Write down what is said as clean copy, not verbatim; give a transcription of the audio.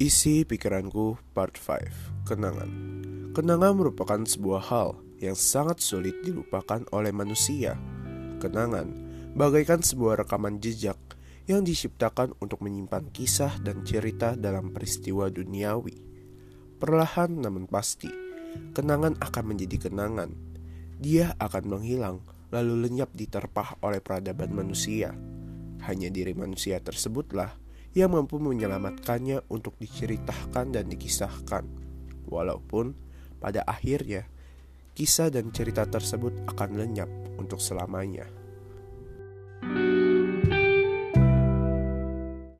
Isi pikiranku part 5. Kenangan. Kenangan merupakan sebuah hal yang sangat sulit dilupakan oleh manusia. Kenangan bagaikan sebuah rekaman jejak yang diciptakan untuk menyimpan kisah dan cerita dalam peristiwa duniawi. Perlahan namun pasti, kenangan akan menjadi kenangan. Dia akan menghilang lalu lenyap diterpah oleh peradaban manusia. Hanya diri manusia tersebutlah yang mampu menyelamatkannya untuk diceritakan dan dikisahkan. Walaupun pada akhirnya kisah dan cerita tersebut akan lenyap untuk selamanya.